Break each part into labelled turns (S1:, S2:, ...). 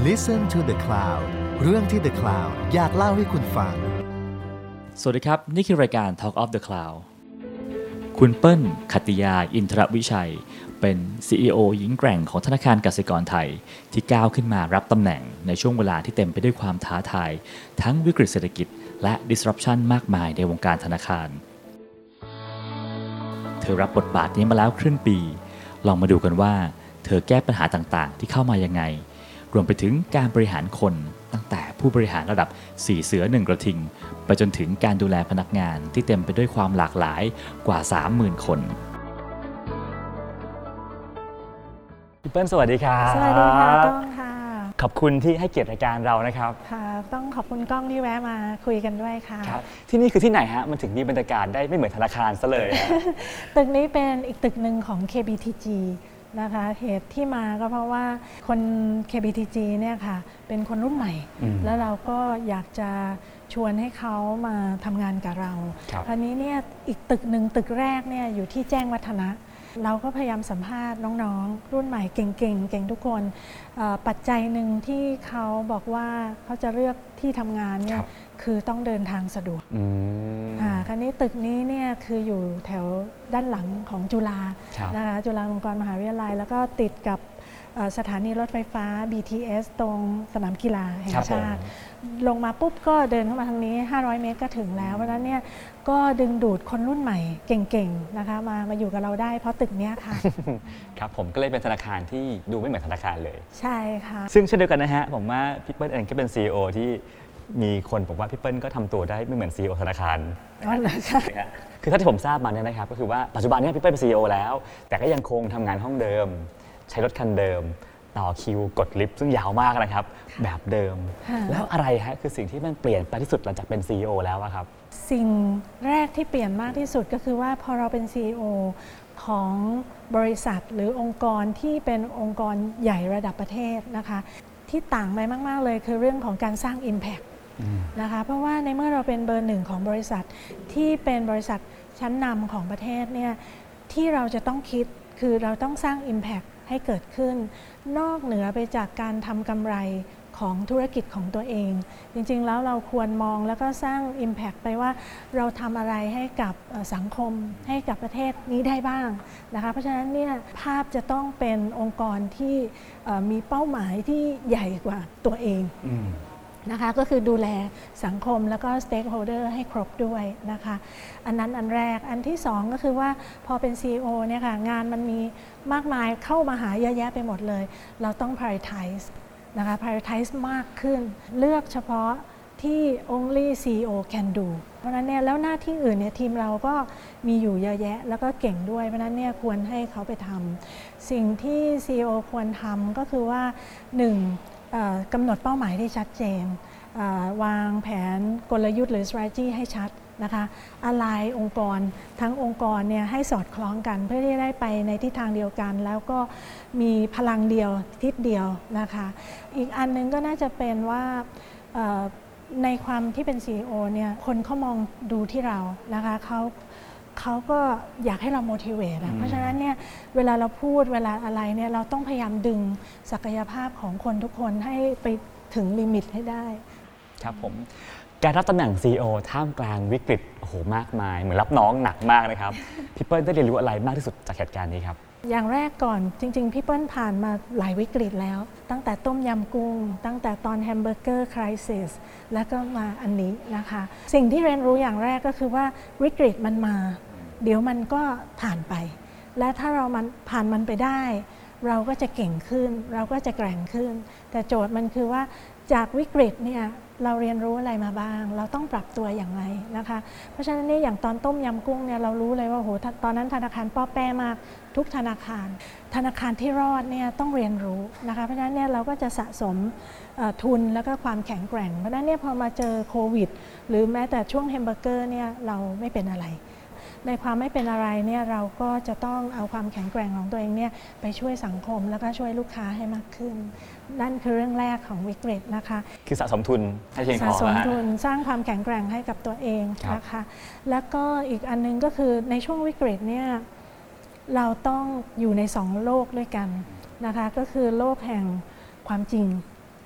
S1: Listen to the Cloud เรื่องที่ The Cloud อยากเล่าให้คุณฟัง
S2: สวัสดีครับนี่คือรายการ Talk of the Cloud คุณเปิ้ลขัตติยาอินทรวิชัยเป็น CEO หญิงแกร่งของธนาคารกสิกรไทยที่ก้าวขึ้นมารับตำแหน่งในช่วงเวลาที่เต็มไปด้วยความท้าทายทั้งวิกฤตเศรษฐกิจและ disruption มากมายในวงการธนาคารเธอรับบทบาทนี้มาแล้วครึ่งปีลองมาดูกันว่าเธอแก้ปัญหาต่างๆที่เข้ามายังไงรวมไปถึงการบริหารคนตั้งแต่ผู้บริหารระดับ4เสือ1กระทิงไปจนถึงการดูแลพนักงานที่เต็มไปด้วยความหลากหลายกว่า 30,000 คนพี่เปิ้ลสวัสดีครับ
S3: สวัสดีค่ะก้องค่ะ
S2: ขอบคุณที่ให้เกียรติรายการเรานะครับ
S3: ค่ะต้องขอบคุณก้องที่แวะมาคุยกันด้วยค่ะ
S2: ครับที่นี่คือที่ไหนฮะมันถึงมีบรรยากาศได้ไม่เหมือนธนาคารซะเลย
S3: ตึกนี้เป็นอีกตึกหนึ่งของ KBTG นะคะเหตุที่มาก็เพราะว่าคน KBTG เนี่ยค่ะเป็นคนรุ่นใหม่แล้วเราก็อยากจะชวนให้เขามาทำงานกับเราคราวนี้เนี่ยอีกตึกหนึ่งตึกแรกเนี่ยอยู่ที่แจ้งวัฒนะเราก็พยายามสัมภาษณ์น้องๆรุ่นใหม่เก่งๆเก่งทุกคนปัจจัยหนึ่งที่เขาบอกว่าเขาจะเลือกที่ทำงานเนี่ยคือต้องเดินทางสะดวกคราวนี้ตึกนี้เนี่ยคืออยู่แถวด้านหลังของจุฬานะคะจุฬาลงกรณ์มหาวิทยาลัยแล้วก็ติดกับสถานีรถไฟฟ้า BTS ตรงสนามกีฬาแห่งชาติลงมาปุ๊บก็เดินเข้ามาทางนี้500 เมตรก็ถึงแล้วเพราะฉะนั้นเนี่ยก็ดึงดูดคนรุ่นใหม่เก่งๆนะคะมาอยู่กับเราได้เพราะตึกนี้ค่ะ
S2: ครับผมก็เลยเป็นธนาคารที่ดูไม่เหมือนธนาคารเลย
S3: ใช่ค่ะ
S2: ซึ่งเช่นเดียวกันนะฮะผมว่าพี่เปิ้ลเองก็เป็น CEO ที่มีคนบอกว่าพี่เปิ้ลก็ทำตัวได้ไม่เหมือน CEO ธนาคาร
S3: ใช่
S2: คือถ้าที่ผมทราบมาเนี่ยนะครับก็คือว่าปัจจุบันนี้พี่เปิ้ลเป็น CEO แล้วแต่ก็ยังคงทำงานห้องเดิมใช้รถคันเดิมต่อคิวกดลิฟต์ซึ่งยาวมากนะครับแบบเดิมแล้วอะไรฮะคือสิ่งที่มันเปลี่ยนไปที่สุดหลังจากเป็น CEO แล้วครับ
S3: สิ่งแรกที่เปลี่ยนมากที่สุดก็คือว่าพอเราเป็น CEO ของบริษัทหรือองค์กรที่เป็นองค์กรใหญ่ระดับประเทศนะคะที่ต่างไปมากๆเลยคือเรื่องของการสร้าง Impact นะคะเพราะว่าในเมื่อเราเป็นเบอร์หนึ่งของบริษัทที่เป็นบริษัทชั้นนำของประเทศเนี่ยที่เราจะต้องคิดคือเราต้องสร้าง Impact ให้เกิดขึ้นนอกเหนือไปจากการทำกำไรของธุรกิจของตัวเองจริงๆแล้วเราควรมองแล้วก็สร้าง Impact ไปว่าเราทำอะไรให้กับสังคมให้กับประเทศนี้ได้บ้างนะคะเพราะฉะนั้นเนี่ยภาพจะต้องเป็นองค์กรที่มีเป้าหมายที่ใหญ่กว่าตัวเองนะคะก็คือดูแลสังคมแล้วก็ stakeholder ให้ครบด้วยนะคะอันนั้นอันแรกอันที่สองก็คือว่าพอเป็น CEO เนี่ยค่ะงานมันมีมากมายเข้ามาหาเยอะแยะไปหมดเลยเราต้อง prioritize นะคะ prioritize มากขึ้นเลือกเฉพาะที่ only CEO can do เพราะนั้นเนี่ยแล้วหน้าที่อื่นเนี่ยทีมเราก็มีอยู่เยอะแยะแล้วก็เก่งด้วยเพราะนั้นเนี่ยควรให้เขาไปทำสิ่งที่ CEO ควรทำก็คือว่า1กำหนดเป้าหมายที่ชัดเจนวางแผนกลยุทธ์หรือ strategy ให้ชัดนะคะalignองค์กรทั้งองค์กรเนี่ยให้สอดคล้องกันเพื่อที่จะได้ไปในทิศทางเดียวกันแล้วก็มีพลังเดียวทิศเดียวนะคะอีกอันนึงก็น่าจะเป็นว่าในความที่เป็น CEO เนี่ยคนเขามองดูที่เรานะคะเขาก็อยากให้เรา motivate เพราะฉะนั้นเนี่ยเวลาเราพูดเวลาอะไรเนี่ยเราต้องพยายามดึงศักยภาพของคนทุกคนให้ไปถึงลิมิตให้ได้
S2: ครับผมการรับตำแหน่ง CEO ท่ามกลางวิกฤตโอ้โหมากมายเหมือนรับน้องหนักมากนะครับพี่เปิ้ลได้เรียนรู้อะไรมากที่สุดจากเหตุการณ์นี้ครับ
S3: อย่างแรกก่อนจริงๆพี่เปิ้ลผ่านมาหลายวิกฤตแล้วตั้งแต่ต้มยำกุ้งตั้งแต่ตอนแฮมเบอร์เกอร์คริสิสแล้วก็มาอันนี้นะคะสิ่งที่เรียนรู้อย่างแรกก็คือว่าวิกฤตมันมาเดี๋ยวมันก็ผ่านไปและถ้าเราผ่านมันไปได้เราก็จะเก่งขึ้นเราก็จะแกร่งขึ้นแต่โจทย์มันคือว่าจากวิกฤตเนี่ยเราเรียนรู้อะไรมาบ้างเราต้องปรับตัวอย่างไรนะคะเพราะฉะนั้นเนี่ยอย่างตอนต้มยำกุ้งเนี่ยเรารู้เลยว่าโหตอนนั้นธนาคารป้อแป้มากทุกธนาคารที่รอดเนี่ยต้องเรียนรู้นะคะเพราะฉะนั้นเนี่ยเราก็จะสะสมทุนแล้วก็ความแข็งแกร่งเพราะฉะนั้นเนี่ยพอมาเจอโควิดหรือแม้แต่ช่วงแฮมเบอร์เกอร์เนี่ยเราไม่เป็นอะไรในความไม่เป็นอะไรเนี่ยเราก็จะต้องเอาความแข็งแกร่งของตัวเองเนี่ยไปช่วยสังคมแล้วก็ช่วยลูกค้าให้มากขึ้นนั่นคือเรื่องแรกของวิกฤตนะคะ
S2: คือสะสมทุนให้เพียงพอ
S3: สะสมทุนสร้างความแข็งแกร่งให้กับตัวเองนะคะแล้วก็อีกอันนึงก็คือในช่วงวิกฤตเนี่ยเราต้องอยู่ใน2โลกด้วยกันนะคะก็คือโลกแห่งความจริง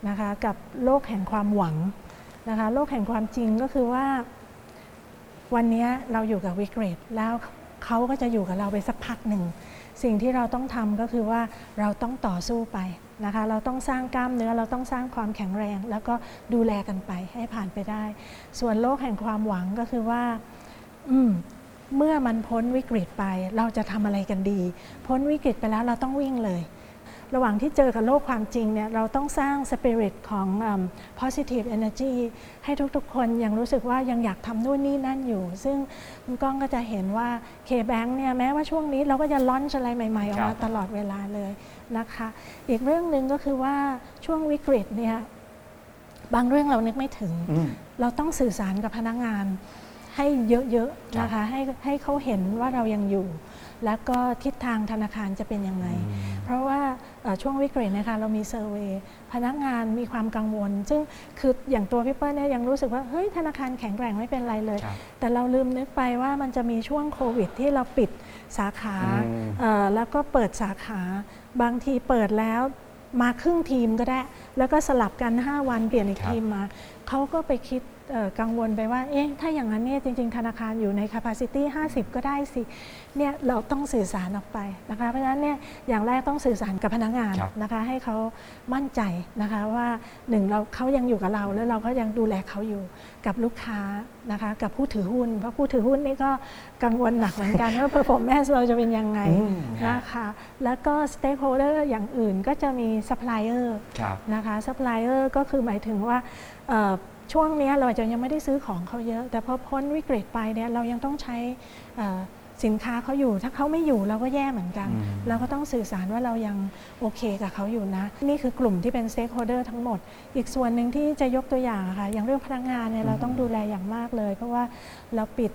S3: นะคะกับโลกแห่งความหวังนะคะโลกแห่งความจริงก็คือว่าวันนี้เราอยู่กับวิกฤตแล้วเขาก็จะอยู่กับเราไปสักพักหนึ่งสิ่งที่เราต้องทำก็คือว่าเราต้องต่อสู้ไปนะคะเราต้องสร้างกล้ามเนื้อเราต้องสร้างความแข็งแรงแล้วก็ดูแลกันไปให้ผ่านไปได้ส่วนโลกแห่งความหวังก็คือว่าเมื่อมันพ้นวิกฤตไปเราจะทำอะไรกันดีพ้นวิกฤตไปแล้วเราต้องวิ่งเลยระหว่างที่เจอกับโลกความจริงเนี่ยเราต้องสร้างสปิริตของ positive energy ให้ทุกๆคนยังรู้สึกว่ายังอยากทำนู่นนี่นั่นอยู่ซึ่งคุณก้องก็จะเห็นว่า K-Bank เนี่ยแม้ว่าช่วงนี้เราก็จะลอนช์อะไรใหม่ๆออกมาตลอดเวลาเลยนะคะอีกเรื่องหนึ่งก็คือว่าช่วงวิกฤตเนี่ยบางเรื่องเรานึกไม่ถึงเราต้องสื่อสารกับพนักงานให้เยอะๆนะคะให้เขาเห็นว่าเรายังอยู่แล้วก็ทิศทางธนาคารจะเป็นยังไงเพราะว่าช่วงวิกฤตนะคะเรามีเซอร์เวย์พนักงานมีความกังวลซึ่งคืออย่างตัวพี่เปิ้ลเนี่ยยังรู้สึกว่าเฮ้ยธนาคารแข็งแกร่งไม่เป็นไรเลยแต่เราลืมนึกไปว่ามันจะมีช่วงโควิดที่เราปิดสาขาแล้วก็เปิดสาขาบางทีเปิดแล้วมาครึ่งทีมก็ได้แล้วก็สลับกัน5วันเปลี่ยนอีกทีมมาเขาก็ไปคิดกังวลไปว่าเอ๊ะถ้าอย่างนั้นเนี่ยจริงๆธนาคารอยู่ใน capacity 50 ก็ได้สิเนี่ยเราต้องสื่อสารออกไปนะคะเพราะฉะนั้นเนี่ยอย่างแรกต้องสื่อสารกับพนักงานนะคะให้เขามั่นใจนะคะว่าเขายังอยู่กับเราแล้วเราก็ยังดูแลเขาอยู่กับลูกค้านะคะกับผู้ถือหุ้นเพราะผู้ถือหุ้นนี่ก็กังวลหนักเหมือนกันว่า performance เราจะเป็นยังไงนะคะแล้วก็ stakeholder อย่างอื่นก็จะมี supplier นะคะ supplier ก็คือหมายถึงว่าช่วงนี้เราจะยังไม่ได้ซื้อของเขาเยอะแต่พอพ้นวิกฤตไปเนี่ยเรายังต้องใช้สินค้าเขาอยู่ถ้าเขาไม่อยู่เราก็แย่เหมือนกันเราก็ต้องสื่อสารว่าเรายังโอเคกับเขาอยู่นะนี่คือกลุ่มที่เป็น stakeholder ทั้งหมดอีกส่วนหนึ่งที่จะยกตัวอย่างค่ะอย่างเรื่องพนักงานเนี่ยเราต้องดูแลอย่างมากเลยเพราะว่าเราปิด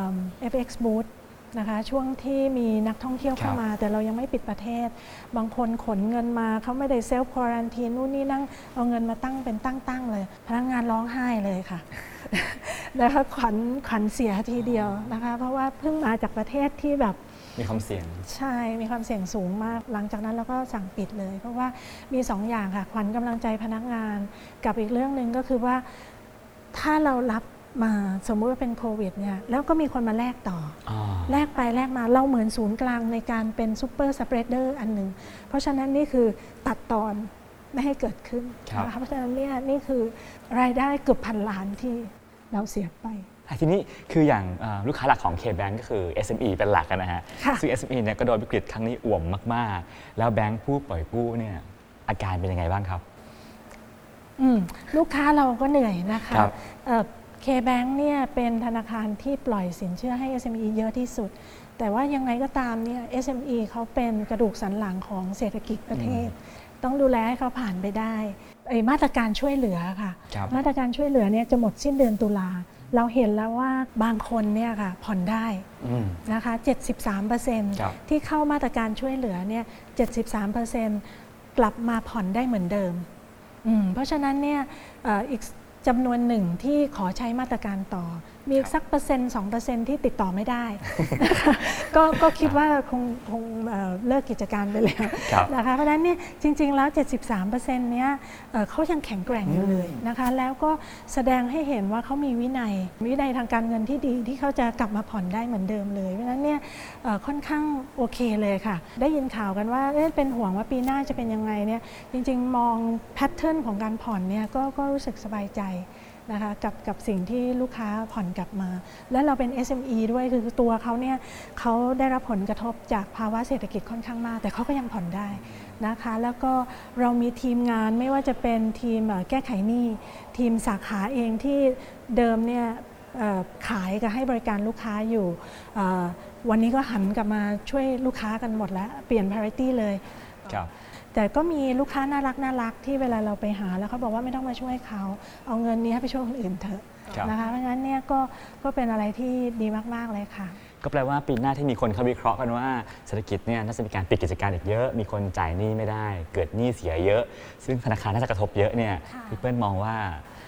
S3: FX boothนะคะช่วงที่มีนักท่องเที่ยวเข้ามาแต่เรายังไม่ปิดประเทศบางคนขนเงินมาเขาไม่ได้เซลฟ์ควอรันทีนนู่นนี่นั่งเอาเงินมาตั้งเป็นตั้งเลยพนักงานร้องไห้เลยค่ะ นะคะขวัญเสียทีเดียวนะคะเพราะว่าเพิ่งมาจากประเทศที่แบบ
S4: มีความเสี่ยง
S3: ใช่มีความเสี่ยงสูงมากหลังจากนั้นเราก็สั่งปิดเลยเพราะว่ามี2 อย่างค่ะขวัญกำลังใจพนักงานกับอีกเรื่องหนึ่งก็คือว่าถ้าเรารับมาสมมุติว่าเป็นโควิดเนี่ยแล้วก็มีคนมาแลกต่อแลกไปแลกมาเราเหมือนศูนย์กลางในการเป็นซูเปอร์สเปรดเดอร์อันหนึ่งเพราะฉะนั้นนี่คือตัดตอนไม่ให้เกิดขึ้นนะคะเพราะฉะนั้นเนี่ยนี่คือรายได้เกือบ1,000 ล้านที่เราเสียไป
S4: ทีนี้คืออย่างลูกค้าหลักของ K-Bank ก็คือ SME เป็นหลักนะฮะซึ่ง SME เนี่ยก็โดนวิกฤตครั้งนี้อ่วมมากๆแล้วแบงค์ผู้ปล่อยกู้เนี่ยอาการเป็นยังไงบ้างครับ
S3: ลูกค้าเราก็เหนื่อยนะคะK-Bank เนี่ยเป็นธนาคารที่ปล่อยสินเชื่อให้ SME เยอะที่สุดแต่ว่ายังไงก็ตามเนี่ย SME เขาเป็นกระดูกสันหลังของเศรษฐกิจประเทศต้องดูแลให้เขาผ่านไปได้มาตรการช่วยเหลือค่ะมาตรการช่วยเหลือเนี่ยจะหมดสิ้นเดือนตุลาเราเห็นแล้วว่าบางคนเนี่ยค่ะผ่อนได้นะคะ 73% ที่เข้ามาตรการช่วยเหลือเนี่ย 73% กลับมาผ่อนได้เหมือนเดิมเพราะฉะนั้นเนี่ยอีกจำนวนหนึ่งที่ขอใช้มาตรการต่อมีอีกสัก1%-2% ที่ติดต่อไม่ได้ ก็คิดว่าคงเลิกกิจการไปแล้วนะคะเพราะฉะนั้นเนี่ยจริงๆแล้ว 73% เนี้ยเขายังแข็งแกร่งอยู่เลยนะคะแล้วก็แสดงให้เห็นว่าเขามีวินัยทางการเงินที่ดีที่เขาจะกลับมาผ่อนได้เหมือนเดิมเลยเพราะฉะนั้นเนี่ยค่อนข้างโอเคเลยค่ะได้ยินข่าวกันว่าเป็นห่วงว่าปีหน้าจะเป็นยังไงเนี่ยจริงๆมองแพทเทิร์นของการผ่อนเนี่ยก็รู้สึกสบายใจนะคะกับสิ่งที่ลูกค้าผ่อนกลับมาและเราเป็น SME ด้วยคือตัวเขาเนี่ยเขาได้รับผลกระทบจากภาวะเศรษฐกิจค่อนข้างมากแต่เขาก็ยังผ่อนได้นะคะแล้วก็เรามีทีมงานไม่ว่าจะเป็นทีมแก้ไขหนี้ทีมสาขาเองที่เดิมเนี่ยขายกับให้บริการลูกค้าอยู่วันนี้ก็หันกลับมาช่วยลูกค้ากันหมดแล้วเปลี่ยน parity เลยแต่ก็มีลูกค้าน่ารักที่เวลาเราไปหาแล้วเขาบอกว่าไม่ต้องมาช่วยเขาเอาเงินนี้ไปช่วยคนอื่นเถอะนะคะเพราะฉะนั้นเนี่ยก็เป็นอะไรที่ดีมากๆเลยค่ะ
S4: ก็แปลว่าปีหน้าที่มีคนเขาวิเคราะห์กันว่าเศรษฐกิจเนี่ยน่าจะมีการปิดกิจการอีกเยอะมีคนจ่ายหนี้ไม่ได้เกิดหนี้เสียเยอะซึ่งธนาคารน่าจะกระทบเยอะเนี่ยพี่เปิ้ลมองว่า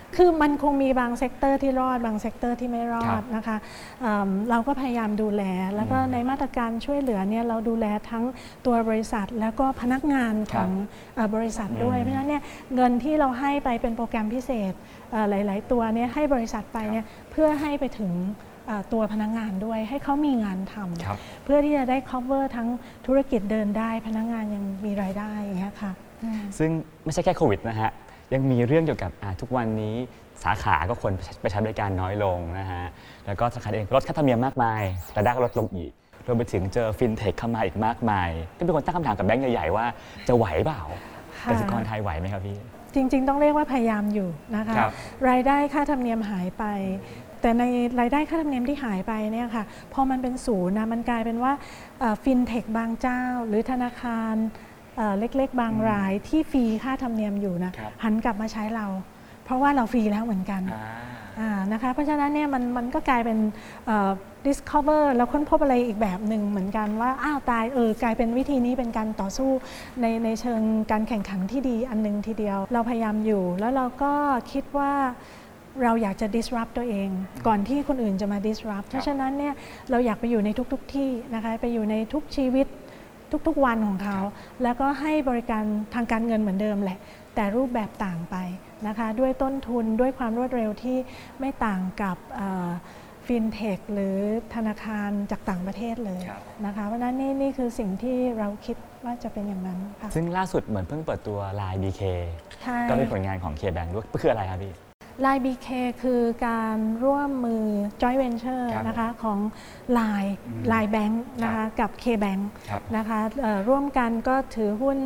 S3: คือมันคงมีบางเซกเตอร์ที่รอดบางเซกเตอร์ที่ไม่รอดนะคะเราก็พยายามดูแลแล้วก็ในมาตรการช่วยเหลือเนี่ยเราดูแลทั้งตัวบริษัทแล้วก็พนักงานของบริษัทด้วยเพราะฉะนั้นเนี่ยเงินที่เราให้ไปเป็นโปรแกรมพิเศษหลายๆตัวเนี่ยให้บริษัทไปเนี่ยเพื่อให้ไปถึงตัวพนักงานด้วยให้เขามีงานทำเพื่อที่จะได้ cover ทั้งธุรกิจเดินได้พนักงานยังมีรายได้อย่างเงี้ยค่ะ
S4: ซึ่งไม่ใช่แค่โควิดนะฮะยังมีเรื่องเกี่ยวกับทุกวันนี้สาขาก็คนไปใช้บริการน้อยลงนะฮะแล้วก็สาขาเองลดค่าธรรมเนียมมากมายรายได้ก็ลดลงอีกรวมไปถึงเจอฟินเทคเข้ามาอีกมากมายก็เป็นคนตั้งคำถามกับแบงก์ใหญ่ๆว่าจะไหวเปล่ากสิกรไทยไหวไหมครับพี่
S3: จริงๆต้องเรียกว่าพยายามอยู่นะคะรายได้ค่าธรรมเนียมหายไปแต่ในรายได้ค่าธรรมเนียมที่หายไปเนี่ยค่ะพอมันเป็นศูนย์นะมันกลายเป็นว่าฟินเทคบางเจ้าหรือธนาคารเล็กๆบางรายที่ฟรีค่าธรรมเนียมอยู่นะหันกลับมาใช้เราเพราะว่าเราฟรีแล้วเหมือนกันนะคะเพราะฉะนั้นเนี่ยมันก็กลายเป็นdiscover แล้วค้นพบอะไรอีกแบบหนึ่งเหมือนกันว่าอ้าวตายกลายเป็นวิธีนี้เป็นการต่อสู้ในเชิงการแข่งขันที่ดีอันนึงทีเดียวเราพยายามอยู่แล้วเราก็คิดว่าเราอยากจะ disrupt ตัวเองก่อนที่คนอื่นจะมา disrupt เพราะฉะนั้นเนี่ยเราอยากไปอยู่ในทุกที่นะคะไปอยู่ในทุกชีวิตทุกๆวันของเขาแล้วก็ให้บริการทางการเงินเหมือนเดิมแหละแต่รูปแบบต่างไปนะคะด้วยต้นทุนด้วยความรวดเร็วที่ไม่ต่างกับฟินเทคหรือธนาคารจากต่างประเทศเลยนะคะเพราะฉะนั้นนี่คือสิ่งที่เราคิดว่าจะเป็นอย่างนั้นค่ะ
S4: ซึ่งล่าสุดเหมือนเพิ่งเปิดตัว Line BK ก็เป็นผลงานของ KBank ด้วยคืออะไรครับพี่
S3: Line BK คือการร่วมมือ Joint Venture นะคะของ Line Bank นะคะกับ KBank นะคะร่วมกันก็ถือหุ้น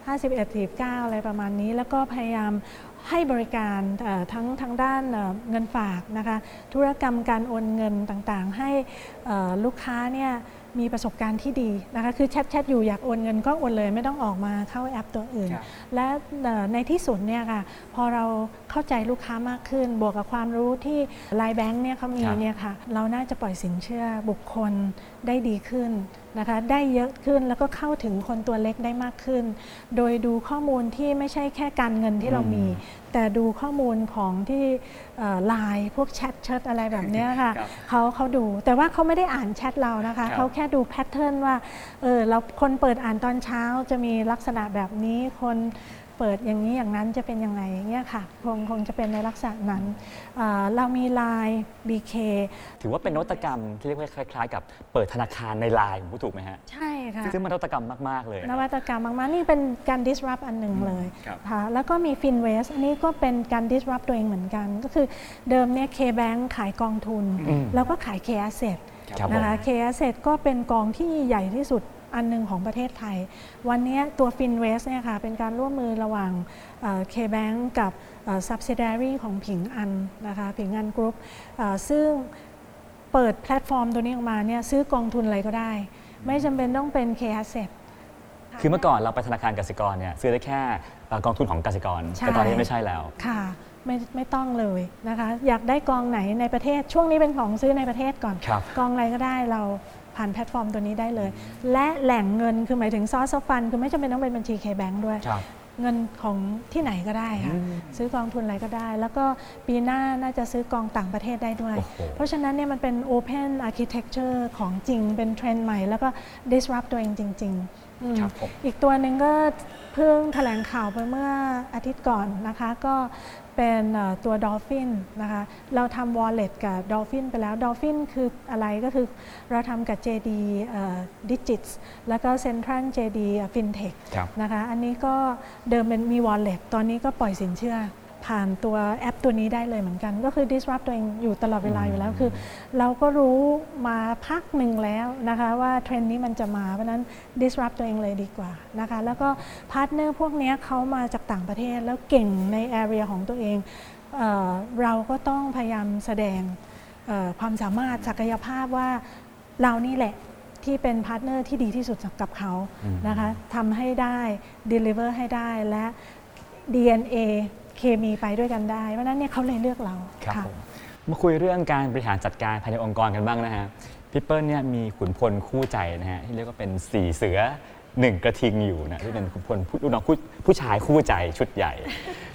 S3: 51-49 อะไรประมาณนี้แล้วก็พยายามให้บริการทั้งด้านเงินฝากนะคะธุรกรรมการโอนเงินต่างๆให้ลูกค้าเนี่ยมีประสบการณ์ที่ดีนะคะคือแชทอยู่อยากโอนเงินก็โอนเลยไม่ต้องออกมาเข้าแอปตัวอื่นและในที่สุดเนี่ยค่ะพอเราเข้าใจลูกค้ามากขึ้นบวกกับความรู้ที่ Line Bank เนี่ยเขามีเนี่ยค่ะเราน่าจะปล่อยสินเชื่อบุคคลได้ดีขึ้นนะคะได้เยอะขึ้นแล้วก็เข้าถึงคนตัวเล็กได้มากขึ้นโดยดูข้อมูลที่ไม่ใช่แค่การเงินที่เรามีแต่ดูข้อมูลของที่ไลน์พวกแชทอะไรแบบนี้ค่ะเขาดูแต่ว่าเขาไม่ได้อ่านแชทเรานะคะเขาแค่ดูแพทเทิร์นว่าเราคนเปิดอ่านตอนเช้าจะมีลักษณะแบบนี้คนเปิดอย่างนี้อย่างนั้นจะเป็นยังไงเงี้ยค่ะคงจะเป็นในลักษณะนั้นเรามี Line BK
S4: ถือว่าเป็นนวัตกรรมที่เรียกว่าคล้ายๆกับเปิดธนาคารใน Line ผมพูดถูกไหมฮะ
S3: ใช่ค่ะ
S4: ซึ่งมันนวัตกรรมมากๆเลย
S3: นวัตกรรมมากๆนี่เป็นการ disrupt อันหนึ่งเลยค่ะแล้วก็มี Finvest อันนี้ก็เป็นการ disrupt ตัวเองเหมือนกันก็คือเดิมเนี่ย KBank ขายกองทุนแล้วก็ขาย K Asset นะคะ K Asset ก็เป็นกองที่ใหญ่ที่สุดอันหนึ่งของประเทศไทยวันนี้ตัว Finvest เนี่ยค่ะเป็นการร่วมมือระหว่าง KBank กับ subsidiary ของผิงอันนะคะผิงอันกรุ๊ปซึ่งเปิดแพลตฟอร์มตัวนี้ออกมาเนี่ยซื้อกองทุนอะไรก็ได้ไม่จำเป็นต้องเป็น K Asset
S4: คือเมื่อก่อนเราไปธนาคารกสิกรเนี่ยซื้อได้แค่กองทุนของกสิกรแต่ตอนนี้ไม่ใช่แล้ว
S3: ค่ะไม่ต้องเลยนะคะอยากได้กองไหนในประเทศช่วงนี้เป็นของซื้อในประเทศก่อนกองอะไรก็ได้เราผ่านแพลตฟอร์มตัวนี้ได้เลยและแหล่งเงินคือหมายถึง source of fund คือไม่จำเป็นต้องเป็นบัญชี KBank ด้วยเงินของที่ไหนก็ได้ค่ะซื้อกองทุนอะไรก็ได้แล้วก็ปีหน้าน่าจะซื้อกองต่างประเทศได้ด้วยเพราะฉะนั้นเนี่ยมันเป็น open architecture ของจริงเป็นเทรนด์ใหม่แล้วก็ disrupt ตัวเองจริงๆอีกตัวหนึ่งก็เพิ่งแถลงข่าวไปเมื่ออาทิตย์ก่อนนะคะก็เป็นตัว Dolphin นะคะเราทำ Wallet กับ Dolphin ไปแล้ว Dolphin คืออะไรก็คือเราทำกับ JD Digits แล้วก็ Central JD Fintech นะคะอันนี้ก็เดิมเป็นมี Wallet ตอนนี้ก็ปล่อยสินเชื่อผ่านตัวแอปตัวนี้ได้เลยเหมือนกันก็คือ disrupt ตัวเองอยู่ตลอดเวลาอยู่แล้วคือเราก็รู้มาพักหนึ่งแล้วนะคะว่าเทรนด์นี้มันจะมาเพราะนั้น disrupt ตัวเองเลยดีกว่านะคะแล้วก็พาร์ทเนอร์พวกนี้เขามาจากต่างประเทศแล้วเก่งใน area ของตัวเองเราก็ต้องพยายามแสดงความสามารถศักยภาพว่าเรานี่แหละที่เป็นพาร์ทเนอร์ที่ดีที่สุดกับเขานะคะทำให้ได้ deliver ให้ได้และ DNAเคมีไปด้วยกันได้เพราะนั้นเนี่ยเขาเลยเลือกเรา
S4: ครับมาคุยเรื่องการบริหารจัดการภายในองค์กรกันบ้างนะฮะพี่เปิ้ลเนี่ยมีขุนพลคู่ใจนะฮะที่เรียกว่าเป็น4เสือ1กระทิงอยู่นะที่เป็นขุนพลลูกน้องผู้ชายคู่ใจชุดใหญ่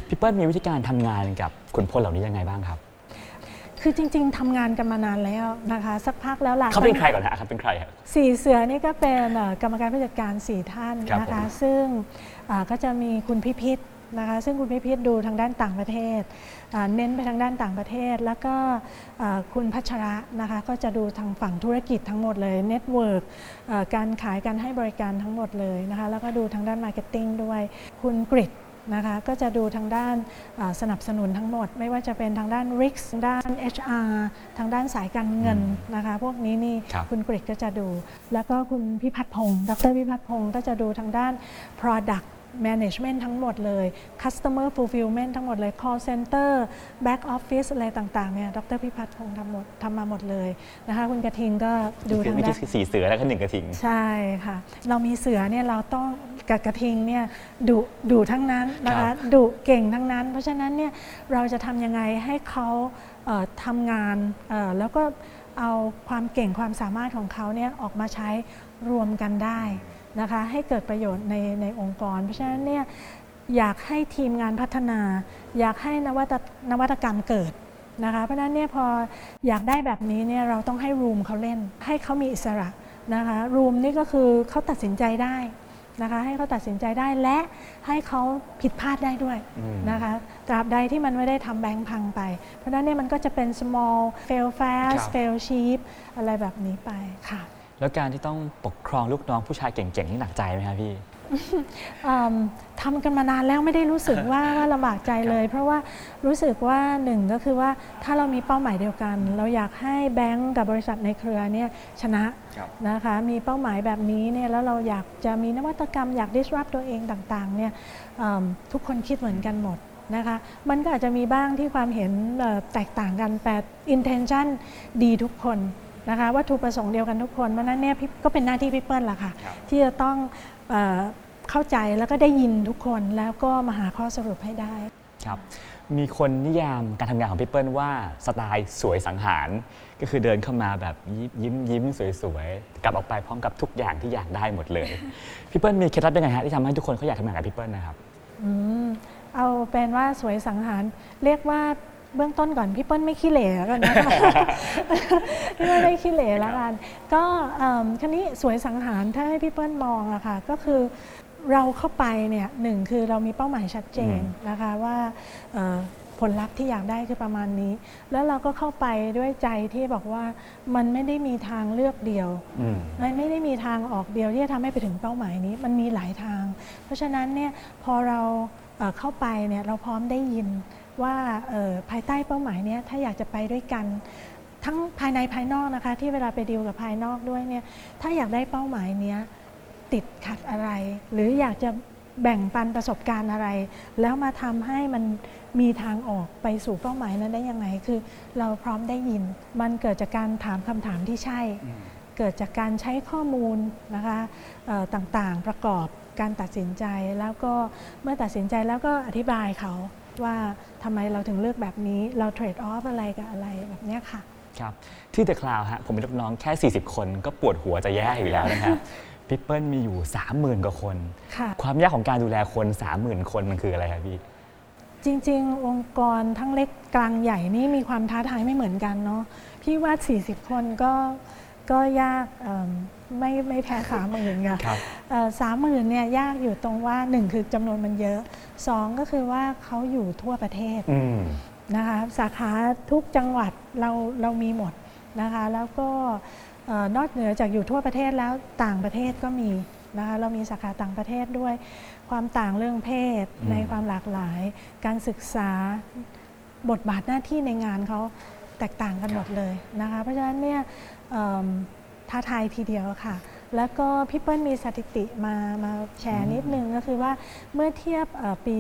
S4: พี่เปิ้ลมีวิธีการทำงานกับขุนพลเหล่านี้ยังไงบ้างครับ
S3: คือจริงๆทำงานกันมานานแล้วนะคะสักพักแล้วล่ะ
S4: เขาเป็นใครก่อนนะครับเป็นใครครับ
S3: สี่เสือนี่ก็เป็นกรรมการผู้จัดการ4ท่านนะคะซึ่งก็จะมีคุณพิพิธนะคะซึ่งคุณพิพิธดูทางด้านต่างประเทศเน้นไปทางด้านต่างประเทศแล้วก็คุณพัชระนะคะก็จะดูทางฝั่งธุรกิจทั้งหมดเลยเน็ตเวิร์กการขายการให้บริการทั้งหมดเลยนะคะแล้วก็ดูทางด้านมาร์เก็ตติ้งด้วยคุณกฤษนะคะก็จะดูทางด้านสนับสนุนทั้งหมดไม่ว่าจะเป็นทางด้าน Risk ด้าน HR ทางด้านสายการเงินนะคะพวกนี้นี่คุณกฤษก็จะดูแล้วก็คุณพิพัฒน์พงศ์ดร.พิพัฒน์พงศ์ก็จะดูทางด้าน Product Management ทั้งหมดเลย Customer Fulfillment ทั้งหมดเลย Call Center Back Office อะไรต่างๆเนี่ยดร.พิพัฒน์พงศ์ทำมาหมดเลยนะคะคุณกระทิงก็ดูทางด้าน
S4: สี่เสือแล้วก็1กระทิง
S3: ใช่ค่ะเรามีเสือเนี่ยเราต้องกับกระทิงเนี่ยดุทั้งนั้นนะคะดุเก่งทั้งนั้นเพราะฉะนั้นเนี่ยเราจะทำยังไงให้เขาทำงานแล้วก็เอาความเก่งความสามารถของเขาเนี่ยออกมาใช้รวมกันได้นะคะให้เกิดประโยชน์ในองค์กรเพราะฉะนั้นเนี่ยอยากให้ทีมงานพัฒนาอยากให้นวัตกรรมเกิดนะคะเพราะฉะนั้นเนี่ยพออยากได้แบบนี้เนี่ยเราต้องให้รูมเขาเล่นให้เขามีอิสระนะคะรูมนี่ก็คือเขาตัดสินใจได้นะคะให้เขาตัดสินใจได้และให้เขาผิดพลาดได้ด้วยนะคะตราบใดที่มันไม่ได้ทำแบงค์พังไปเพราะฉะนั้นเนี่ยมันก็จะเป็น small fail fast fail cheap อะไรแบบนี้ไปค่ะ
S4: แล้วการที่ต้องปกครองลูกน้องผู้ชายเก่งๆนี่หนักใจไหมครับพี่
S3: ทำกันมานานแล้วไม่ได้รู้สึกว่าลำบากใจเลยเพราะว่ารู้สึกว่าหนึ่งก็คือว่าถ้าเรามีเป้าหมายเดียวกันเราอยากให้แบงก์กับบริษัทในเครือเนี่ยชนะนะคะมีเป้าหมายแบบนี้เนี่ยแล้วเราอยากจะมีนวัตกรรมอยาก disrupt ตัวเองต่างๆเนี่ยทุกคนคิดเหมือนกันหมดนะคะมันก็อาจจะมีบ้างที่ความเห็นแตกต่างกันแต่ intention ดีทุกคนนะคะวัตถุประสงค์เดียวกันทุกคนเพราะนั้นเนี่ยก็เป็นหน้าที่พี่เปิ้ลล่ะค่ะที่จะต้องเข้าใจแล้วก็ได้ยินทุกคนแล้วก็มาหาข้อสรุปให้ได้
S4: ครับมีคนนิยามการทำงานของพี่เปิ้ลว่าสไตล์สวยสังหารก็คือเดินเข้ามาแบบยิ้มสวยๆกลับออกไปพร้อมกับทุกอย่างที่อยากได้หมดเลยพี่เปิ้ลมีเคล็ดลับยังไงฮะที่ทำให้ทุกคนเขาอยากทำงานกับพี่เปิ้ลนะครับ
S3: เอาเป็นว่าสวยสังหารเรียกว่าเบื้องต้นก่อนพี่เปิ้ลไม่ขี้เหร่แล้วกันนะคะพี่เปิ้ลไม่ขี้เหร่แล้วกันก็คราวนี้สวยสังหารถ้าให้พี่เปิ้ลมองอะค่ะก็คือเราเข้าไปเนี่ยหนึ่งคือเรามีเป้าหมายชัดเจนนะคะว่าผลลัพธ์ที่อยากได้คือประมาณนี้แล้วเราก็เข้าไปด้วยใจที่บอกว่ามันไม่ได้มีทางเลือกเดียวมันไม่ได้มีทางออกเดียวที่จะทำให้ไปถึงเป้าหมายนี้มันมีหลายทางเพราะฉะนั้นเนี่ยพอเราเข้าไปเนี่ยเราพร้อมได้ยินว่าภายใต้เป้าหมายนี้ถ้าอยากจะไปด้วยกันทั้งภายในภายนอกนะคะที่เวลาไปดีลกับภายนอกด้วยเนี่ยถ้าอยากได้เป้าหมายนี้ติดขัดอะไรหรืออยากจะแบ่งปันประสบการณ์อะไรแล้วมาทำให้มันมีทางออกไปสู่เป้าหมายนั้นได้ยังไงคือเราพร้อมได้ยินมันเกิดจากการถามคำถามที่ใช่เกิดจากการใช้ข้อมูลนะคะต่างๆประกอบการตัดสินใจแล้วก็เมื่อตัดสินใจแล้วก็อธิบายเขาว่าทำไมเราถึงเลือกแบบนี้เราเทรดออฟอะไรกับอะไรแบบนี้ค่ะ
S4: ครับที่ The Cloud ฮะผมมีลูกน้องแค่40คนก็ปวดหัวจะแย่อยู่แล้วนะครับพี่เปิ้ลมีอยู่ 30,000 กว่าคนความยากของการดูแลคน 30,000 คนมันคืออะไรครับพี่
S3: จริงๆองค์กรทั้งเล็กกลางใหญ่นี่มีความท้าทายไม่เหมือนกันเนาะพี่ว่า40คนก็ยากไม่แพ้30,000ค่ะ30,000เนี่ยยากอยู่ตรงว่า1คือจำนวนมันเยอะ2ก็คือว่าเขาอยู่ทั่วประเทศนะคะสาขาทุกจังหวัดเรามีหมดนะคะแล้วก็นอกเหนือจากอยู่ทั่วประเทศแล้วต่างประเทศก็มีนะคะเรามีสาขาต่างประเทศด้วยความต่างเรื่องเพศในความหลากหลายการศึกษาบทบาทหน้าที่ในงานเขาแตกต่างกันหมดเลยนะคะเพราะฉะนั้นเนี่ยท้าทายทีเดียวค่ะแล้วก็พี่เปิ้ลมีสถิติมาแชร์นิดนึงก็คือว่าเมื่อเทียบปี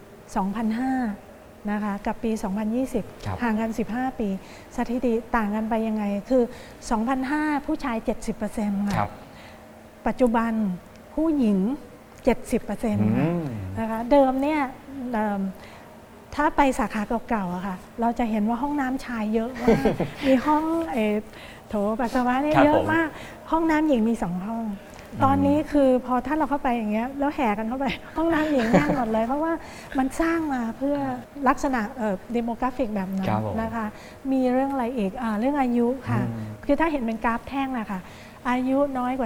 S3: 2005 นะคะกับปี 2020 ห่างกัน 15 ปีสถิติต่างกันไปยังไงคือ 2005 ผู้ชาย 70% ค่ะปัจจุบันผู้หญิง 70% นะคะเดิมเนี่ยถ้าไปสาขาเก่าๆอะค่ะเราจะเห็นว่าห้องน้ำชายเยอะมากมีห้องโถปัสสาวะเนี่ยเยอะมากห้องน้ำหญิงมี2ห้องตอนนี้คือพอถ้าเราเข้าไปอย่างเงี้ยแล้วแห่กันเข้าไปห้องน้ำหญิงแน่นหมดเลย เพราะว่ามันสร้างมาเพื่อลักษณะเดโมกราฟิกแบบนั้นนะคะมีเรื่องอะไรอีกเรื่องอายุค่ะคือถ้าเห็นเป็นกราฟแท่งนะคะอายุน้อยกว่า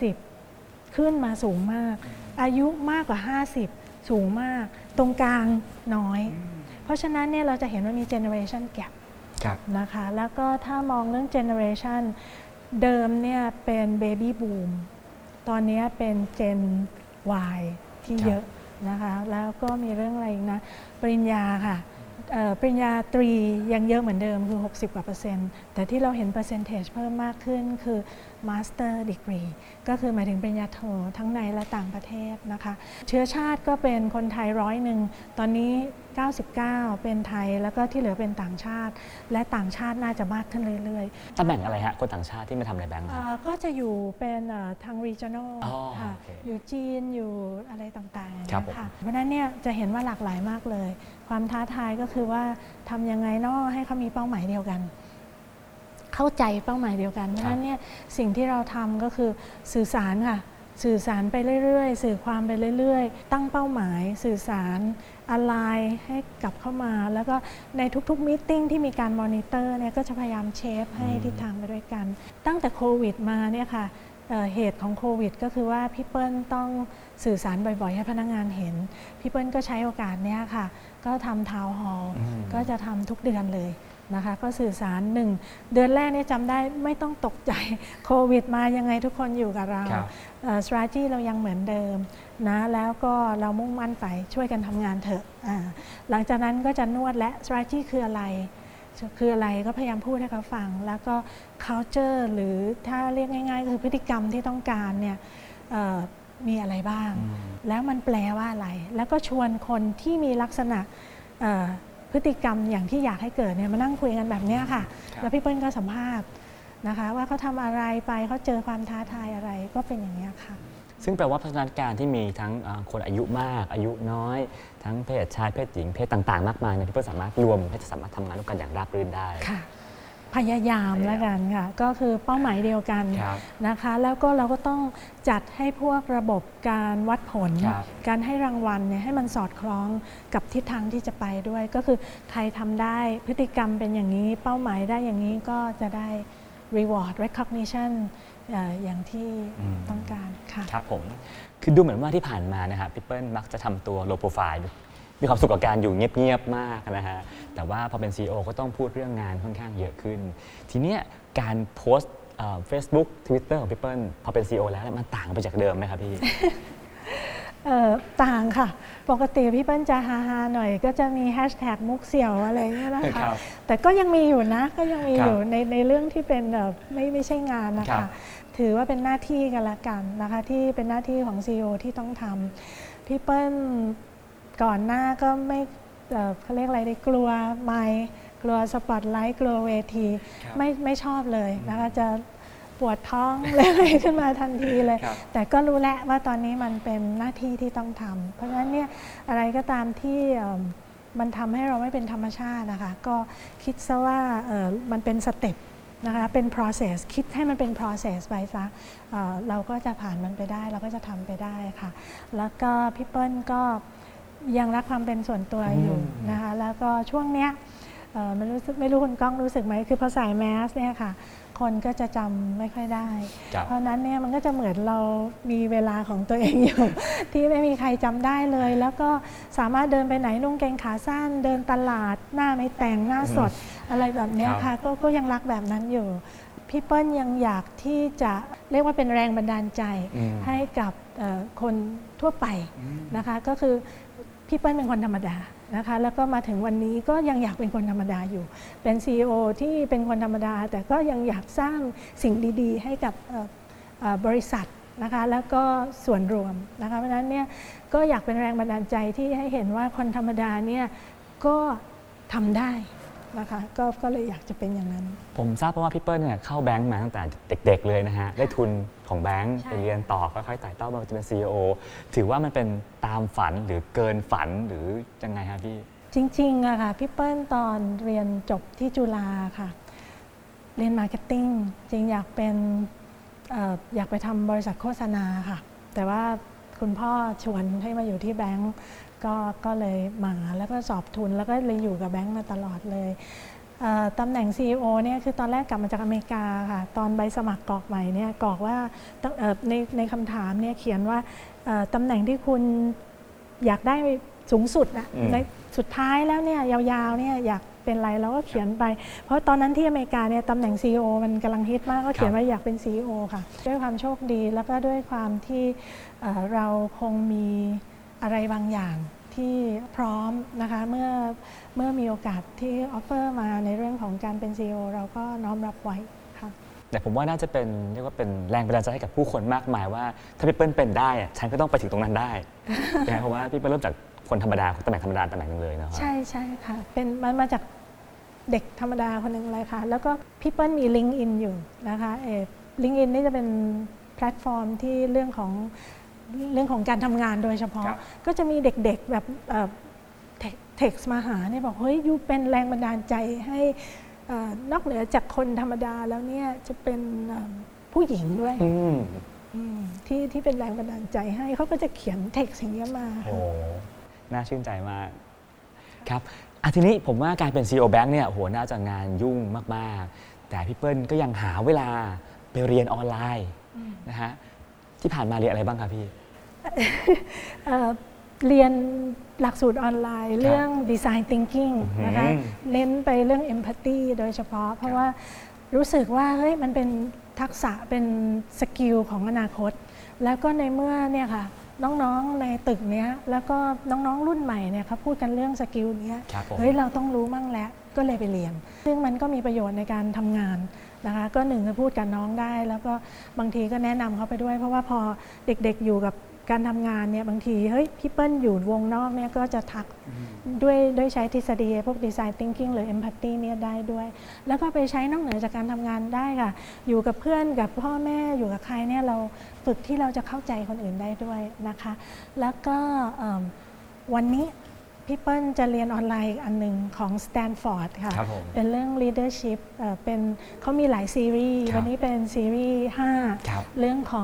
S3: 30ขึ้นมาสูงมากอายุมากกว่า50สูงมากตรงกลางน้อยเพราะฉะนั้นเนี่ยเราจะเห็นว่ามี generation gap นะคะแล้วก็ถ้ามองเรื่อง generation เดิมเนี่ยเป็น baby boom ตอนนี้เป็น Gen Y ที่เยอะนะคะแล้วก็มีเรื่องอะไรอีกนะปริญญาค่ะปริญญาตรียังเยอะเหมือนเดิมคือ60กว่า%แต่ที่เราเห็น percentage เพิ่มมากขึ้นคือ master degree ก็คือหมายถึงปริญญาโททั้งในและต่างประเทศนะคะเชื้อชาติก็เป็นคนไทย100ตอนนี้99เป็นไทยแล้วก็ที่เหลือเป็นต่างชาติและต่างชาติน่าจะมากขึ้นเรื่อย
S4: ๆตำแหน่งอะไรฮะคนต่างชาติที่มาทำในแบงก์
S3: ก็จะอยู่เป็นทาง regional ค่ะอยู่จีนอยู่อะไรต่างๆค่ะเพราะนั้นเนี่ยจะเห็นว่าหลากหลายมากเลยความท้าทายก็คือว่าทำยังไงให้เขามีเป้าหมายเดียวกันเข้าใจเป้าหมายเดียวกันเพราะฉะนั้นเนี่ยสิ่งที่เราทำก็คือสื่อสารค่ะสื่อสารไปเรื่อยๆสื่อความไปเรื่อยๆตั้งเป้าหมายสื่อสารอะไรให้กลับเข้ามาแล้วก็ในทุกๆมีตติ้งที่มีการมอนิเตอร์เนี่ยก็จะพยายามเชฟให้ทิศทางไปด้วยกันตั้งแต่โควิดมาเนี่ยค่ะเหตุของโควิดก็คือว่าพี่เปิ้ลต้องสื่อสารบ่อยๆให้พนักงานเห็นพี่เปิ้ลก็ใช้โอกาสเนี้ยค่ะก็ทำทาวน์ฮอลล์ก็จะทำทุกเดือนเลยนะคะก็สื่อสาร1 เดือนแรกนี่จำได้ไม่ต้องตกใจโควิดมายังไงทุกคนอยู่กับเราstrategy เรายังเหมือนเดิมนะแล้วก็เรามุ่งมั่นไปช่วยกันทำงานเถอะหลังจากนั้นก็จะนวดและ strategy คืออะไรก็พยายามพูดให้เขาฟังแล้วก็ culture หรือถ้าเรียกง่ายๆก็คือพฤติกรรมที่ต้องการเนี่ยมีอะไรบ้างแล้วมันแปลว่าอะไรแล้วก็ชวนคนที่มีลักษณะพฤติกรรมอย่างที่อยากให้เกิดเนี่ยมานั่งคุยกันแบบนี้ค่ะแล้วพี่เปิ้ลก็สัมภาษณ์นะคะว่าเขาทำอะไรไปเขาเจอความท้าทายอะไรก็เป็นอย่างนี้ค่ะ
S4: ซึ่งแปลว่าพัฒนาการที่มีทั้งคนอายุมากอายุน้อยทั้งเพศชายเพศหญิงเพศต่างๆมากมายเนี่ยพี่เปิ้ลสามารถรวมให้สามารถทำงานร่วมกันอย่างราบรื่นได้
S3: ค่ะพยายามแล้วกันค่ะก็คือเป้าหมายเดียวกันนะคะแล้วก็เราก็ต้องจัดให้พวกระบบการวัดผลการให้รางวัลเนี่ยให้มันสอดคล้องกับทิศทางที่จะไปด้วยก็คือใครทำได้พฤติกรรมเป็นอย่างนี้เป้าหมายได้อย่างนี้ก็จะได้ reward recognition อย่างที่ต้องการค่ะ
S4: ครับผมคือดูเหมือนว่าที่ผ่านมานะครับพี่เปิ้ลมักจะทำตัว low profileมีความสุขกับการอยู่เงียบๆมากนะฮะแต่ว่าพอเป็น CEO ก็ต้องพูดเรื่องงานค่อนข้างเยอะขึ้นทีนี้การโพสต์ Facebook Twitter ของพี่เปิ้ลพอเป็น CEO แล้วมันต่างไปจากเดิมไหมครับพี่
S3: ต่างค่ะปกติพี่เปิ้ลจะฮาๆหน่อยก็จะมีแฮชแท็กมุกเสี่ยวอะไรเงี้ยนะคะแต่ก็ยังมีอยู่นะก็ยังมีอยู่ในเรื่องที่เป็นไม่ใช่งานนะคะถือว่าเป็นหน้าที่กันละกันนะคะที่เป็นหน้าที่ของ CEO ที่ต้องทำพี่เปิ้ลก่อนหน้าก็ไม่เขาเรียกอะไรได้กลัวไมค์กลัวสปอตไลท์กลัวเวทีไม่ชอบเลยนะคะจะปวดท้องเลยขึ้นมาทันทีเลยแต่ก็รู้แล้วว่าตอนนี้มันเป็นหน้าที่ที่ต้องทำเพราะฉะนั้นเนี่ยอะไรก็ตามที่มันทำให้เราไม่เป็นธรรมชาตินะคะก็คิดซะว่ามันเป็นสเต็ปนะคะเป็น process คิดให้มันเป็น process ไปซะเราก็จะผ่านมันไปได้เราก็จะทำไปได้ค่ะแล้วก็พี่เปิ้ลก็ยังรักความเป็นส่วนตัวอยู่นะคะแล้วก็ช่วงเนี้ยไม่รู้คุณก้องรู้สึกไหมคือพอใส่แมสเนี่ยค่ะคนก็จะจำไม่ค่อยได้เพราะนั้นเนี่ยมันก็จะเหมือนเรามีเวลาของตัวเองอยู่ ที่ไม่มีใครจำได้เลยแล้วก็สามารถเดินไปไหนนุ่งกางเกงขาสั้นเดินตลาดหน้าไม่แต่งหน้าสดอะไรแบบนี้ค่ะก็ยังรักแบบนั้นอยู่พี่เปิ้ลยังอยากที่จะเรียกว่าเป็นแรงบันดาลใจให้กับคนทั่วไปนะคะก็คือพี่เปิ้ลเป็นคนธรรมดานะคะแล้วก็มาถึงวันนี้ก็ยังอยากเป็นคนธรรมดาอยู่เป็น CEO ที่เป็นคนธรรมดาแต่ก็ยังอยากสร้างสิ่งดีๆให้กับบริษัทนะคะแล้วก็ส่วนรวมนะคะเพราะฉะนั้นเนี่ยก็อยากเป็นแรงบันดาลใจที่ให้เห็นว่าคนธรรมดาเนี่ยก็ทำได้นะคะก็เลยอยากจะเป็นอย่างนั้น
S4: ผมทราบเพราะว่าพี่เปิ้ลเนี่ยเข้าแบงก์มาตั้งแต่เด็กๆเลยนะฮะได้ทุนของแบงก์ไปเรียนต่อค่อยๆไต่เต้ามาจะเป็น CEO ถือว่ามันเป็นตามฝันหรือเกินฝันหรือยังไงครับพี่
S3: จริงๆอะค่ะพี่เปิ้ลตอนเรียนจบที่จุฬาค่ะเรียนมาร์เก็ตติ้งจริงอยากเป็นอยากไปทำบริษัทโฆษณาค่ะแต่ว่าคุณพ่อชวนให้มาอยู่ที่แบงก์ก็เลยมาแล้วก็สอบทุนแล้วก็เลยอยู่กับแบงก์มาตลอดเลยตำแหน่ง CEO เนี่ยคือตอนแรกกลับมาจากอเมริกาค่ะตอนใบสมัครกรอกใหม่เนี่ยกรอกว่าในคำถามเนี่ยเขียนว่าตำแหน่งที่คุณอยากได้สูงสุดนะในสุดท้ายแล้วเนี่ยยาวๆเนี่ยอยากเป็นอะไรเราก็เขียนไปเพราะตอนนั้นที่อเมริกาเนี่ยตำแหน่ง CEO มันกำลังฮิตมากก็เขียนว่าอยากเป็น CEO ค่ะด้วยความโชคดีแล้วก็ด้วยความที่เราคงมีอะไรบางอย่างที่พร้อมนะคะเมื่อมีโอกาสที่ออฟเฟอร์มาในเรื่องของการเป็น CEO เราก็น้อมรับไว้ค่ะ
S4: แต่ผมว่าน่าจะเป็นเรียกว่าเป็นแรงบันดาลใจให้กับผู้คนมากมายว่าถ้าพี่เปิ้ลเป็นได้ฉันก็ต้องไปถึงตรงนั้นได้ เพราะว่าพี่เปิ้ลเริ่มจากคนธรรมดาตำแหน่งธรรมดาตำแหน่งนึงเลยนะครับ
S3: ใช่ค่ะเป็นมาจากเด็กธรรมดาคนหนึ่งเลยค่ะแล้วก็พี่เปิ้ลมี LinkedIn อยู่นะคะ LinkedIn นี่จะเป็นแพลตฟอร์มที่เรื่องของการทำงานโดยเฉพาะก็จะมีเด็กๆแบบเท็กซ์มาหาเนี่ยบอกเฮ้ยยูเป็นแรงบันดาลใจให้นอกเหนือจากคนธรรมดาแล้วเนี่ยจะเป็นผู้หญิงด้วยที่เป็นแรงบันดาลใจให้เขาก็จะเขียนเท็กซ์อย่างนี้มา
S4: โอ้น่าชื่นใจมากครับทีนี้ผมว่าการเป็น CEO Bank เนี่ยโหน่าจะงานยุ่งมากๆแต่พี่เปิ้ลก็ยังหาเวลาไปเรียนออนไลน์นะฮะที่ผ่านมาเรียนอะไรบ้างครับพี่
S3: เรียนหลักสูตรออนไลน์เรื่อง Design Thinking นะคะเน้นไปเรื่อง Empathy โดยเฉพาะเพราะว่ารู้สึกว่าเฮ้ยมันเป็นทักษะเป็นสกิลของอนาคตแล้วก็ในเมื่อเนี่ยค่ะน้องๆในตึกเนี้ยแล้วก็น้องๆรุ่นใหม่เนี่ยเขาพูดกันเรื่องสกิลเนี้ยเฮ้ยเราต้องรู้มั่งแล้วก็เลยไปเรียนซึ่งมันก็มีประโยชน์ในการทำงานนะคะก็หนึ่งจะพูดกับน้องได้แล้วก็บางทีก็แนะนำเขาไปด้วยเพราะว่าพอเด็กๆอยู่กับการทำงานเนี่ยบางทีเฮ้ยพี่เปิ้ลอยู่วงนอกเนี่ยก็จะทักด้วยใช้ทฤษฎีพวก Design Thinking หรือ Empathy เนี่ยได้ด้วยแล้วก็ไปใช้นอกเหนือจากการทำงานได้ค่ะอยู่กับเพื่อนกับพ่อแม่อยู่กับใครเนี่ยเราฝึกที่เราจะเข้าใจคนอื่นได้ด้วยนะคะแล้วก็วันนี้พี่เปิ้ลจะเรียนออนไลน์อันหนึ่งของ Stanford ค่ะเป็นเรื่อง leadership เขามีหลายซีรีส์วันนี้เป็นซีรีส์5เรื่องของ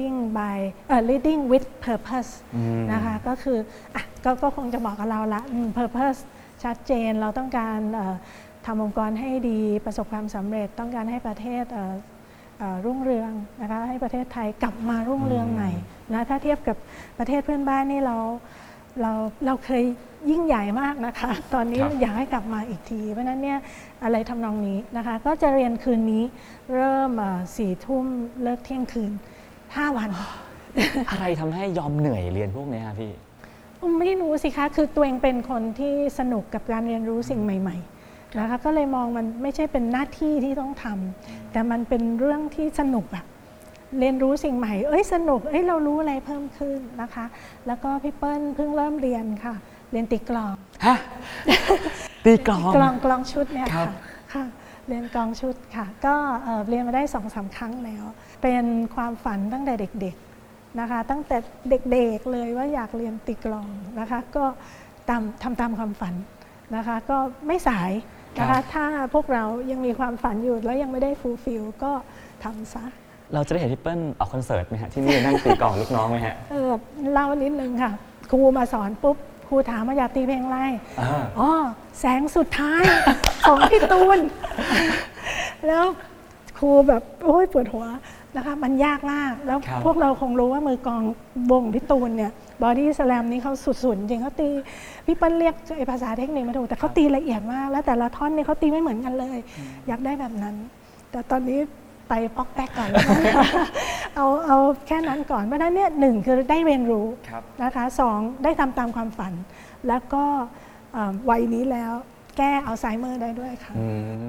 S3: leading with purpose นะคะก็คือก็คงจะบอกกับเราละ purpose ชัดเจนเราต้องการทำองค์กรให้ดีประสบความสำเร็จต้องการให้ประเทศรุ่งเรืองนะคะให้ประเทศไทยกลับมารุ่งเรืองใหม่นะถ้าเทียบกับประเทศเพื่อนบ้านนี่เราเคยยิ่งใหญ่มากนะคะตอนนี้อยากให้กลับมาอีกทีเพราะนั้นเนี่ยอะไรทำนองนี้นะคะก็จะเรียนคืนนี้เริ่ม4 ทุ่มเลิกเที่ยงคืน5 วัน
S4: อะไรทำให้ยอมเหนื่อยเรียนพวกนี้ครับพี่
S3: ไม่รู้สิคะคือตัวเองเป็นคนที่สนุกกับการเรียนรู้สิ่งใหม่ๆนะคะก็เลยมองมันไม่ใช่เป็นหน้าที่ที่ต้องทำแต่มันเป็นเรื่องที่สนุกอะเรียนรู้สิ่งใหม่สนุกเรารู้อะไรเพิ่มขึ้นนะคะแล้วก็พี่เปิ้ลเพิ่งเริ่มเรียนค่ะเรียนตีกลอง
S4: ฮะตีกล
S3: องชุดเนี่ยค่ะเรียนกลองชุดค่ะก็เรียนมาได้ 2-3 ครั้งแล้วเป็นความฝันตั้งแต่เด็กๆนะคะตั้งแต่เด็กๆเลยว่าอยากเรียนตีกลองนะคะก็ทำตามความฝันนะคะก็ไม่สายนะคะถ้าพวกเรายังมีความฝันอยู่แล้วยังไม่ได้ฟูลฟิลก็ทำซะ
S4: เราจะได้เห็นพี่เปิ้ลออกคอนเสิร์ตไหมฮะที่นี่นั่งตีกลองลูกน้องไหมฮะ
S3: เล่านิดนึงค่ะครูมาสอนปุ๊บครูถามว่าอยากตีเพลงอะไรแสงสุดท้ายของพี่ตูนแล้วครูแบบโอ้ยปวดหัวนะคะมันยากมากแล้วพวกเราคงรู้ว่ามือกลองวงพี่ตูนเนี่ยบอดี้สแลมนี่เขาสุดๆจริงเขาตีพี่เปิ้ลเรียกภาษาเทคนิคไม่ถูกแต่เขาตีละเอียดมากแล้วแต่ละท่อนนี่เขาตีไม่เหมือนกันเลยอยากได้แบบนั้นแต่ตอนนี้ไปปอกแป๊กก่อนเอาแค่นั้นก่อนเพราะฉะนั้นเนี่ย1คือได้เรียนรู้นะคะ2ได้ทำตามความฝันแล้วก็วัยนี้แล้วแก้อัลไซเมอร์ได้ด้วยค่ะ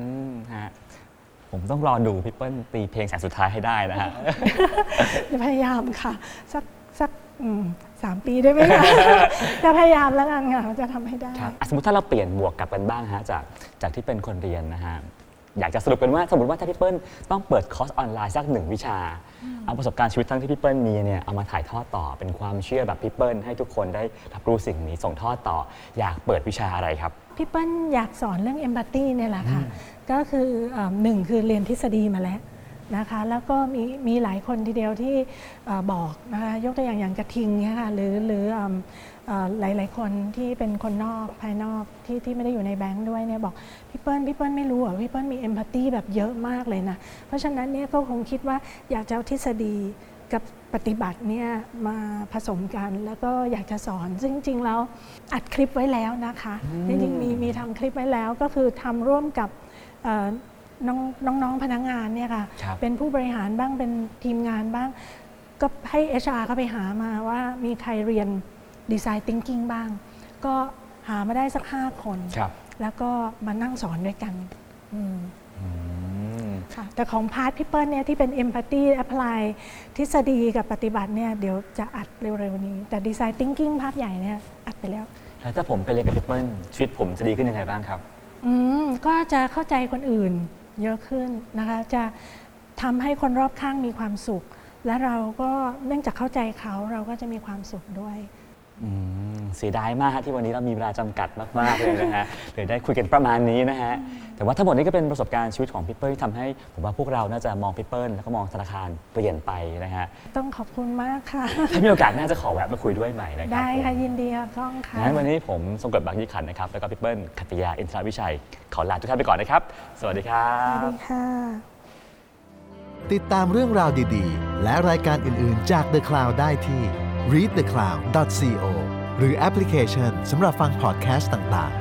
S4: ผมต้องรอดูพี่เปิ้ลตีเพลงแสงสุดท้ายให้ได้นะฮะ
S3: จะพยายามค่ะสัก3 ปีได้ไหมคะจะพยายามแล้วกันค่ะจะทำให้ได้
S4: สมมติถ้าเราเปลี่ยนบวกกลับกันบ้างฮะจากที่เป็นคนเรียนนะฮะอยากจะสรุปกันว่าสมมติว่าถ้าพี่เปิ้ลต้องเปิดคอร์สออนไลน์สัก1 วิชาเอาประสบการณ์ชีวิตทั้งที่พี่เปิ้ลมีเนี่ยเอามาถ่ายทอดต่อเป็นความเชื่อแบบพี่เปิ้ลให้ทุกคนได้รับรู้สิ่งนี้ส่งทอดต่ออยากเปิดวิชาอะไรครับ
S3: พี่เปิ้ลอยากสอนเรื่อง empathy เนี่ยแหละค่ะก็คือ1คือเรียนทฤษฎีมาแล้วนะคะแล้วก็มีหลายคนทีเดียวที่บอกนะคะยกตัวอย่างกระทิงเนี่ยค่ะหรือหลายๆคนที่เป็นคนนอกภายนอกที่ไม่ได้อยู่ในแบงค์ด้วยเนี่ยบอกพี่เปิ้ลไม่รู้เหรอพี่เปิ้ลมีเอมพัตตีแบบเยอะมากเลยนะเพราะฉะนั้นเนี่ยก็คงคิดว่าอยากจะเอาทฤษฎีกับปฏิบัติเนี่ยมาผสมกันแล้วก็อยากจะสอนซึ่งจริงๆแล้วอัดคลิปไว้แล้วนะคะจริงๆมีทำคลิปไว้แล้วก็คือทำร่วมกับน้องๆพนักงานเนี่ยค่ะเป็นผู้บริหารบ้างเป็นทีมงานบ้างก็ให้ HR เขาไปหามาว่ามีใครเรียนดีไซน์ทิงกิ้งบ้างก็หามาได้สัก5 คนแล้วก็มานั่งสอนด้วยกันแต่ของพาร์ทพี่เปิ้ลเนี่ยที่เป็น Empathy Apply ทฤษฎีกับปฏิบัติเนี่ยเดี๋ยวจะอัดเร็วๆนี้แต่ Design Thinking ภาพใหญ่เนี่ยอัดไปแล้ว
S4: แล้วถ้าผมไปเรียนกับพี่เปิ้ลชีวิตผมจะดีขึ้นยังไงบ้างครับ
S3: ก็จะเข้าใจคนอื่นเยอะขึ้นนะคะจะทำให้คนรอบข้างมีความสุขและเราก็เนื่องจากเข้าใจเขาเราก็จะมีความสุขด้วย
S4: เสียดายมากที่วันนี้เรามีเวลาจำกัดมากๆเลยนะฮะเลยได้คุยกันประมาณนี้นะฮะแต่ว่าทั้งหมดนี้ก็เป็นประสบการณ์ชีวิตของพี่เปิ้ลที่ทำให้ผมว่าพวกเราน่าจะมองพี่เปิ้ลแล้วก็มองธนาคารเปลี่ยนไปนะฮะ
S3: ต้องขอบคุณมากค่ะ
S4: ถ้ามีโอกาสน่าจะขอแวะมาคุยด้วยใหม่นะครับ
S3: ได้ค่ะยินดีค่ะก้องค่ะ
S4: งั้นวันนี้ผมทรงกฎบางยี่ขันนะครับแล้วก็พี่เปิ้ลขัตติยาอินทรวิชัยขอลาทุกท่านไปก่อนนะครับสวัสดีครับ
S3: สวัสดีค่ะ
S1: ติดตามเรื่องราวดีๆและรายการอื่นๆจาก The Cloud ได้ที่ readthecloud.co หรือแอปพลิเคชันสำหรับฟังพอดแคสต์ต่างๆ